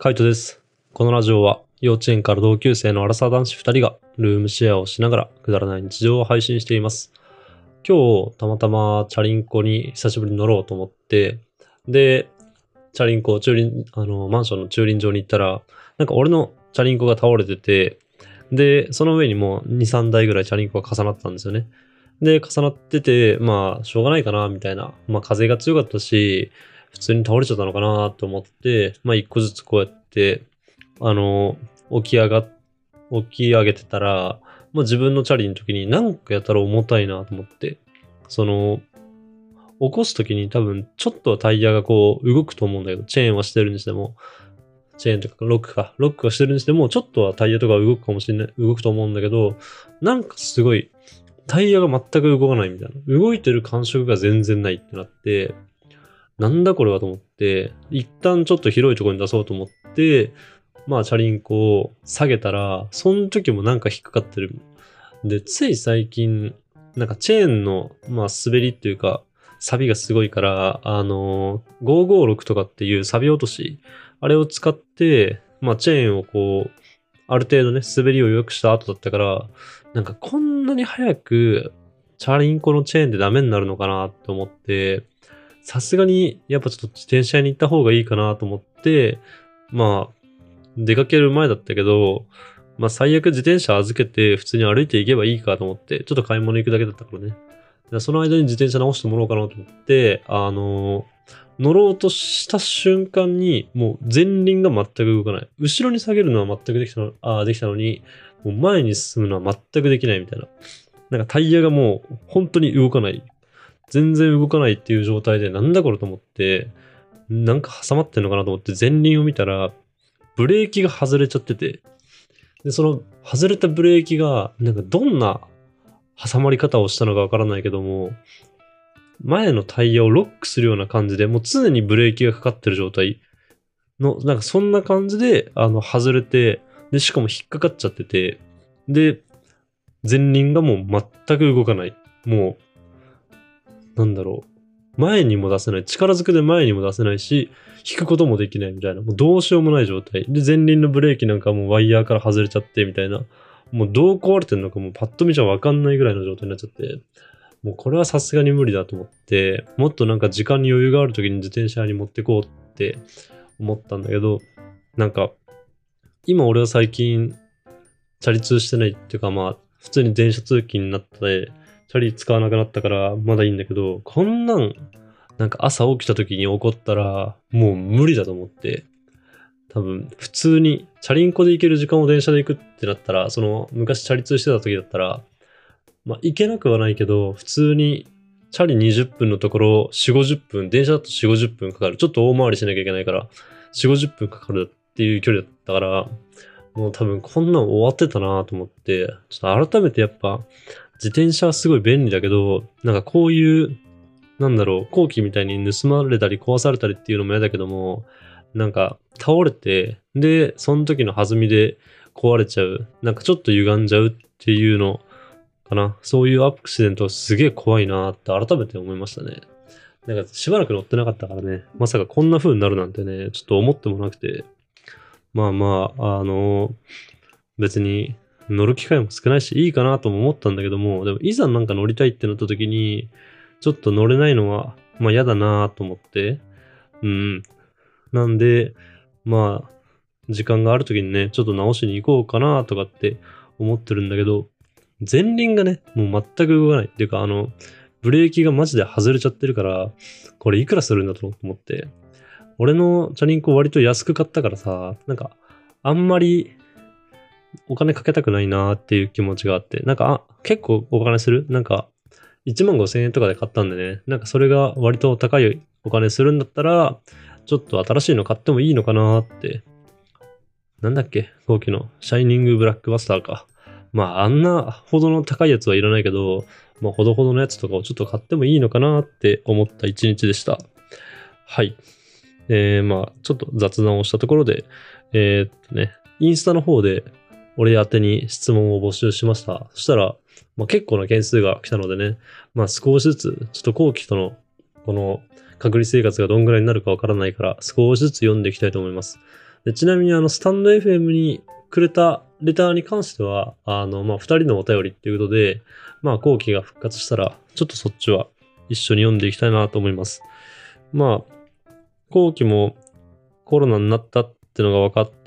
カイトです。このラジオは幼稚園から同級生のアラサー男子2人がルームシェアをしながらくだらない日常を配信しています。今日たまたまチャリンコに久しぶりに乗ろうと思って、で、チャリンコマンションの駐輪場に行ったら、なんか俺のチャリンコが倒れてて、で、その上にもう2、3台ぐらいチャリンコが重なってたんですよね。で、重なってて、まあ、しょうがないかな、みたいな。まあ、風が強かったし、普通に倒れちゃったのかなと思って、まあ、一個ずつこうやって、起き上げてたら、まあ、自分のチャリの時になんかやたら重たいなと思って、起こす時に多分、ちょっとはタイヤがこう、動くと思うんだけど、チェーンはしてるにしても、チェーンとかロックはしてるにしても、ちょっとはタイヤとか動くと思うんだけど、なんかすごい、タイヤが全く動かないみたいな。動いてる感触が全然ないってなって、なんだこれはと思って、一旦ちょっと広いところに出そうと思って、まあチャリンコを下げたら、その時もなんか引っかかってる。で、つい最近、なんかチェーンの、まあ滑りっていうか、錆がすごいから、556とかっていう錆落とし、あれを使って、まあチェーンをこう、ある程度ね、滑りを良くした後だったから、なんかこんなに早くチャリンコのチェーンでダメになるのかなって思って、さすがにやっぱちょっと自転車に行った方がいいかなと思って、まあ、出かける前だったけど、まあ最悪自転車預けて普通に歩いていけばいいかと思って、ちょっと買い物行くだけだったからね。その間に自転車直してもらおうかなと思って、乗ろうとした瞬間に、もう前輪が全く動かない。後ろに下げるのは全くできたのに、もう前に進むのは全くできないみたいな。なんかタイヤがもう本当に動かない。全然動かないっていう状態で、なんだこれと思って、なんか挟まってんのかなと思って前輪を見たら、ブレーキが外れちゃってて、で、その外れたブレーキが、なんかどんな挟まり方をしたのかわからないけども、前のタイヤをロックするような感じで、もう常にブレーキがかかってる状態の、なんかそんな感じで、外れて、で、しかも引っかかっちゃってて、で、前輪がもう全く動かない。もう、なんだろう。前にも出せない。力ずくで前にも出せないし、引くこともできないみたいな。もうどうしようもない状態。で、前輪のブレーキなんかもうワイヤーから外れちゃってみたいな。もうどう壊れてんのかもうパッと見じゃわかんないぐらいの状態になっちゃって。もうこれはさすがに無理だと思って、もっとなんか時間に余裕がある時に自転車に持ってこうって思ったんだけど、なんか、今俺は最近、チャリ通してないっていうかまあ、普通に電車通勤になって、チャリ使わなくなったからまだいいんだけど、こんなん、なんか朝起きた時に起こったら、もう無理だと思って、多分、普通に、チャリンコで行ける時間を電車で行くってなったら、昔チャリ通してた時だったら、まあ、行けなくはないけど、普通に、チャリ20分のところ、4、50分、電車だと4、50分かかる。ちょっと大回りしなきゃいけないから、4、50分かかるっていう距離だったから、もう多分こんなん終わってたなと思って、ちょっと改めてやっぱ、自転車はすごい便利だけど、なんかこういう、後期みたいに盗まれたり壊されたりっていうのも嫌だけども、なんか倒れて、で、その時の弾みで壊れちゃう。なんかちょっと歪んじゃうっていうのかな。そういうアクシデントすげえ怖いなって改めて思いましたね。なんかしばらく乗ってなかったからね、まさかこんな風になるなんてね、ちょっと思ってもなくて。まあまあ、別に乗る機会も少ないしいいかなとも思ったんだけども、でもいざなんか乗りたいってなった時に、ちょっと乗れないのは、まあ嫌だなと思って、なんで、まあ、時間がある時にね、ちょっと直しに行こうかなとかって思ってるんだけど、前輪がね、もう全く動かない。っていうか、ブレーキがマジで外れちゃってるから、これいくらするんだと思って。俺のチャリンコ割と安く買ったからさ、なんか、あんまりお金かけたくないなーっていう気持ちがあって、なんか、結構お金する？なんか、15,000円とかで買ったんでね、なんかそれが割と高いお金するんだったら、ちょっと新しいの買ってもいいのかなーって。なんだっけ？後期のシャイニングブラックバスターか。まあ、あんなほどの高いやつはいらないけど、まあ、ほどほどのやつとかをちょっと買ってもいいのかなって思った一日でした。はい。まあ、ちょっと雑談をしたところで、インスタの方で俺宛てに質問を募集しました。そしたら、まあ、結構な件数が来たのでね、まあ少しずつ、ちょっと後期とのこの隔離生活がどんぐらいになるかわからないから、少しずつ読んでいきたいと思います。 でちなみにスタンド FM にくれたレターに関しては、二人のお便りっていうことで、後期が復活したら、ちょっとそっちは一緒に読んでいきたいなと思います。後期もコロナになったってのが分かって、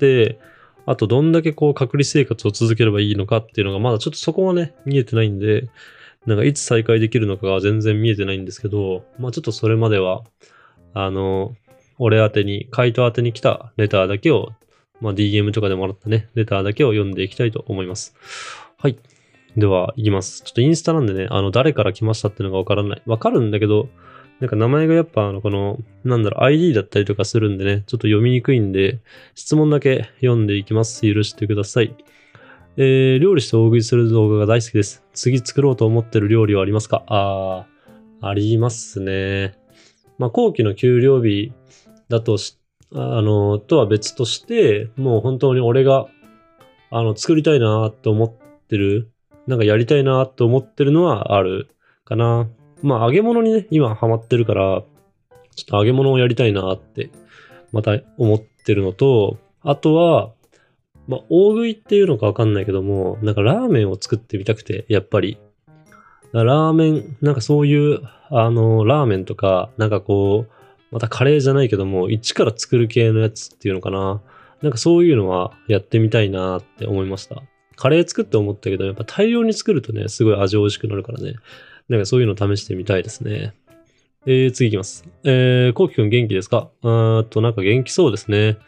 あとどんだけ隔離生活を続ければいいのかっていうのがまだちょっとそこはね、見えてないんで、いつ再開できるのかが全然見えてないんですけど、ちょっとそれまでは、俺宛てに、カイト宛てに来たレターだけを、DM とかでもらったね、レターだけを読んでいきたいと思います。はい。では、いきます。ちょっとインスタなんでね、誰から来ましたっていうのがわからない。わかるんだけど、名前がやっぱID だったりとかするんでね、ちょっと読みにくいんで、質問だけ読んでいきます。許してください。料理して大食いする動画が大好きです。次作ろうと思ってる料理はありますか？ありますね。後期の給料日だととは別として、もう本当に俺が、作りたいなと思ってる、やりたいなと思ってるのはあるかな。揚げ物にね、今ハマってるから、ちょっと揚げ物をやりたいなって、また思ってるのと、あとは、大食いっていうのかわかんないけども、ラーメンを作ってみたくて、やっぱり。ラーメン、そういう、ラーメンとか、またカレーじゃないけども、一から作る系のやつっていうのかな。そういうのはやってみたいなって思いました。カレー作って思ったけど、やっぱ大量に作るとね、すごい味美味しくなるからね。そういうの試してみたいですね。次いきます。こうきくん元気ですか？元気そうですね。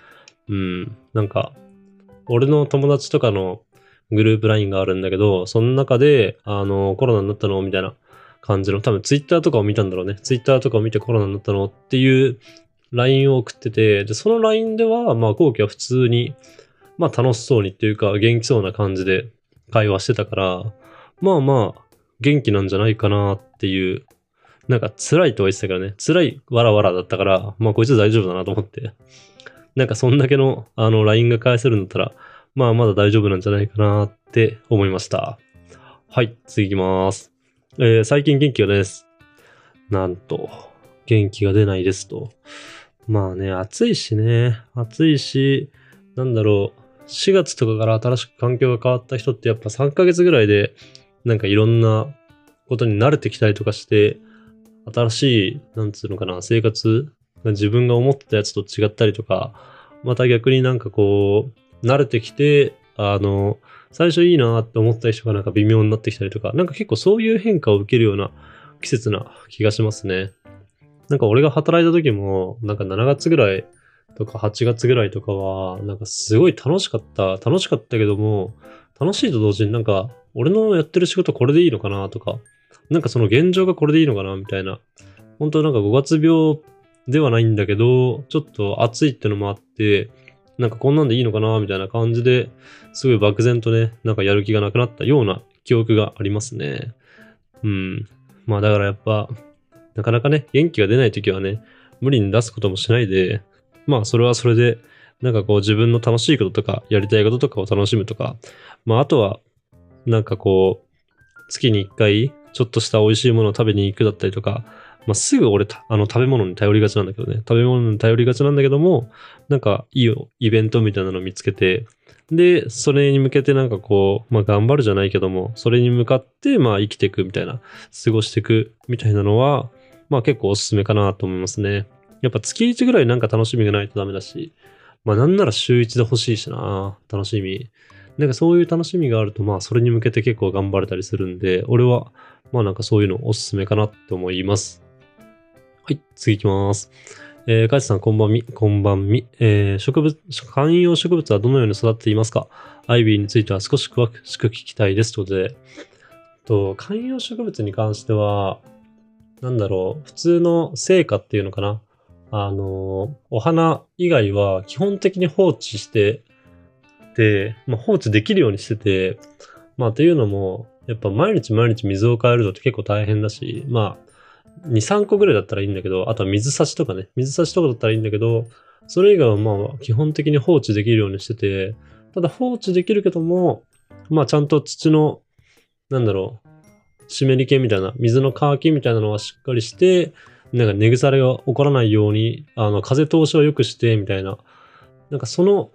俺の友達とかのグループ LINE があるんだけど、その中で、コロナになったのみたいな感じの、多分ツイッターとかを見たんだろうね。ツイッターとかを見てコロナになったのっていう LINE を送ってて、で、その LINE では、後期は普通に、楽しそうにっていうか、元気そうな感じで会話してたから、元気なんじゃないかなっていう、辛いとは言ってたからね、辛いわらわらだったから、こいつ大丈夫だなと思って、そんだけの、LINE が返せるんだったら、まだ大丈夫なんじゃないかなって思いました。はい、次行きます。最近元気がないです。なんと、元気が出ないですと。暑いしね。暑いし、4月とかから新しく環境が変わった人ってやっぱ3ヶ月ぐらいで、いろんなことに慣れてきたりとかして、新しい、生活が自分が思ってたやつと違ったりとか、また逆に慣れてきて、最初いいなって思った人が微妙になってきたりとか、結構そういう変化を受けるような季節な気がしますね。俺が働いた時も、7月ぐらいとか8月ぐらいとかは、すごい楽しかったけども、楽しいと同時に俺のやってる仕事これでいいのかなとか、その現状がこれでいいのかなみたいな。本当5月病ではないんだけど、ちょっと暑いってのもあって、こんなんでいいのかなみたいな感じで、すごい漠然とね、やる気がなくなったような記憶がありますね。だからやっぱ、なかなかね、元気が出ないときはね、無理に出すこともしないで、それはそれで、自分の楽しいこととか、やりたいこととかを楽しむとか、あとは、月に1回、ちょっとした美味しいものを食べに行くだったりとか、すぐ俺、食べ物に頼りがちなんだけどね。食べ物に頼りがちなんだけども、いいイベントみたいなのを見つけて、で、それに向けて頑張るじゃないけども、それに向かって、生きていくみたいな、過ごしていくみたいなのは、結構おすすめかなと思いますね。やっぱ月1ぐらい楽しみがないとダメだし、なんなら週1で欲しいしな、楽しみ。そういう楽しみがあると、それに向けて結構頑張れたりするんで、俺は、そういうのおすすめかなって思います。はい、次行きます。カイツさん、こんばんみ。観葉植物はどのように育っていますか？アイビーについては少し詳しく聞きたいです。ということで、観葉植物に関しては、普通の生花っていうのかな。お花以外は基本的に放置してて、放置できるようにしてて、っていうのも、やっぱ毎日水を変えるのって結構大変だし、2、3個ぐらいだったらいいんだけど、あとは水差しとかだったらいいんだけど、それ以外は基本的に放置できるようにしてて、ただ放置できるけども、ちゃんと土の、湿り気みたいな、水の乾きみたいなのはしっかりして、根腐れが起こらないように、風通しを良くして、みたいななんかその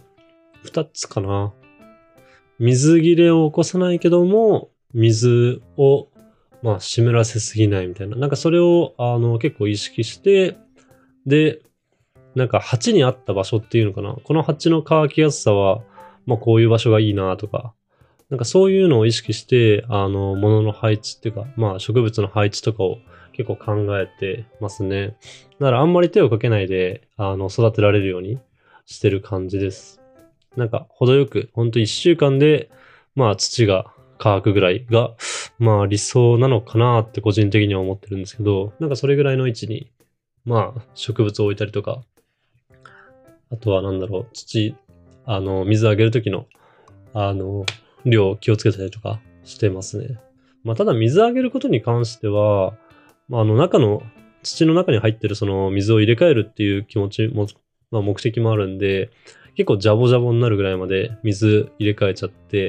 2つかな。水切れを起こさないけども、水をまあ湿らせすぎないみたいな。なんかそれを結構意識して、で、なんか鉢にあった場所っていうのかな。この鉢の乾きやすさは、まあこういう場所がいいなとか、なんかそういうのを意識して、物の配置っていうか、まあ植物の配置とかを結構考えてますね。だからあんまり手をかけないで、育てられるようにしてる感じです。なんか程よく、ほんと1週間で、まあ土が乾くぐらいが、まあ理想なのかなって個人的には思ってるんですけど、なんかそれぐらいの位置に、まあ植物を置いたりとか、あとはなんだろう、水あげるときの、量を気をつけたりとかしてますね。まあ、ただ水あげることに関しては、まあ、土の中に入ってるその水を入れ替えるっていう気持ちも、まあ、目的もあるんで、結構ジャボジャボになるぐらいまで水入れ替えちゃって、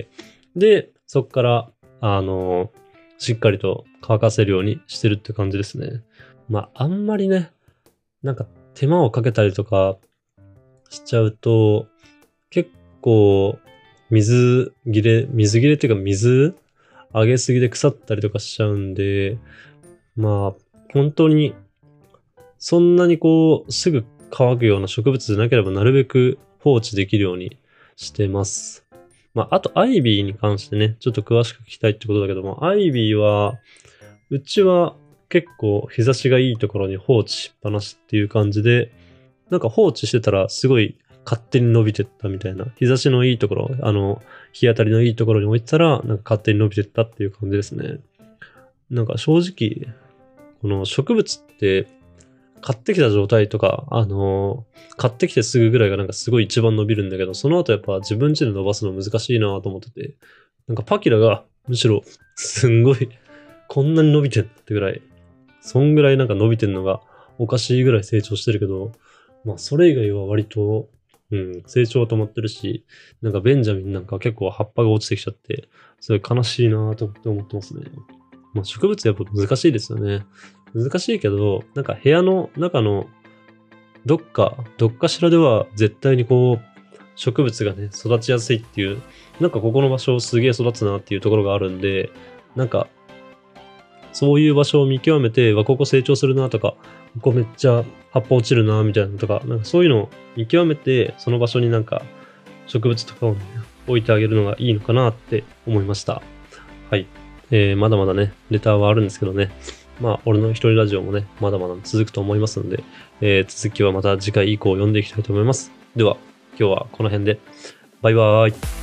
で、そっから、しっかりと乾かせるようにしてるって感じですね。まあ、あんまりね、なんか手間をかけたりとかしちゃうと、結構、水切れっていうか水あげすぎで腐ったりとかしちゃうんで、まあ、本当に、そんなにすぐ乾くような植物じゃなければなるべく放置できるようにしてます。まあ、あと、アイビーに関してね、ちょっと詳しく聞きたいってことだけども、アイビーは、うちは結構日差しがいいところに放置しっぱなしっていう感じで、なんか放置してたらすごい勝手に伸びてったみたいな。日差しのいいところ、日当たりのいいところに置いてたら、なんか勝手に伸びてったっていう感じですね。なんか正直、この植物って、買ってきた状態とか、買ってきてすぐぐらいがなんかすごい一番伸びるんだけど、その後やっぱ自分家で伸ばすの難しいなと思ってて、なんかパキラがむしろすんごい、こんなに伸びてんってぐらい、そんぐらいなんか伸びてんのがおかしいぐらい成長してるけど、まあそれ以外は割と、成長は止まってるし、なんかベンジャミンなんか結構葉っぱが落ちてきちゃって、すごい悲しいなと思ってますね。まあ植物やっぱ難しいですよね。難しいけど、なんか部屋の中のどっかしらでは絶対に植物がね、育ちやすいっていう、なんかここの場所すげえ育つなっていうところがあるんで、なんか、そういう場所を見極めて、ここ成長するなとか、ここめっちゃ葉っぱ落ちるなみたいなのとか、なんかそういうのを見極めて、その場所になんか植物とかを、ね、置いてあげるのがいいのかなって思いました。はい。まだまだね、レターはあるんですけどね。まあ、俺の一人ラジオもね、まだまだ続くと思いますので、続きはまた次回以降読んでいきたいと思います。では、今日はこの辺で。バイバーイ。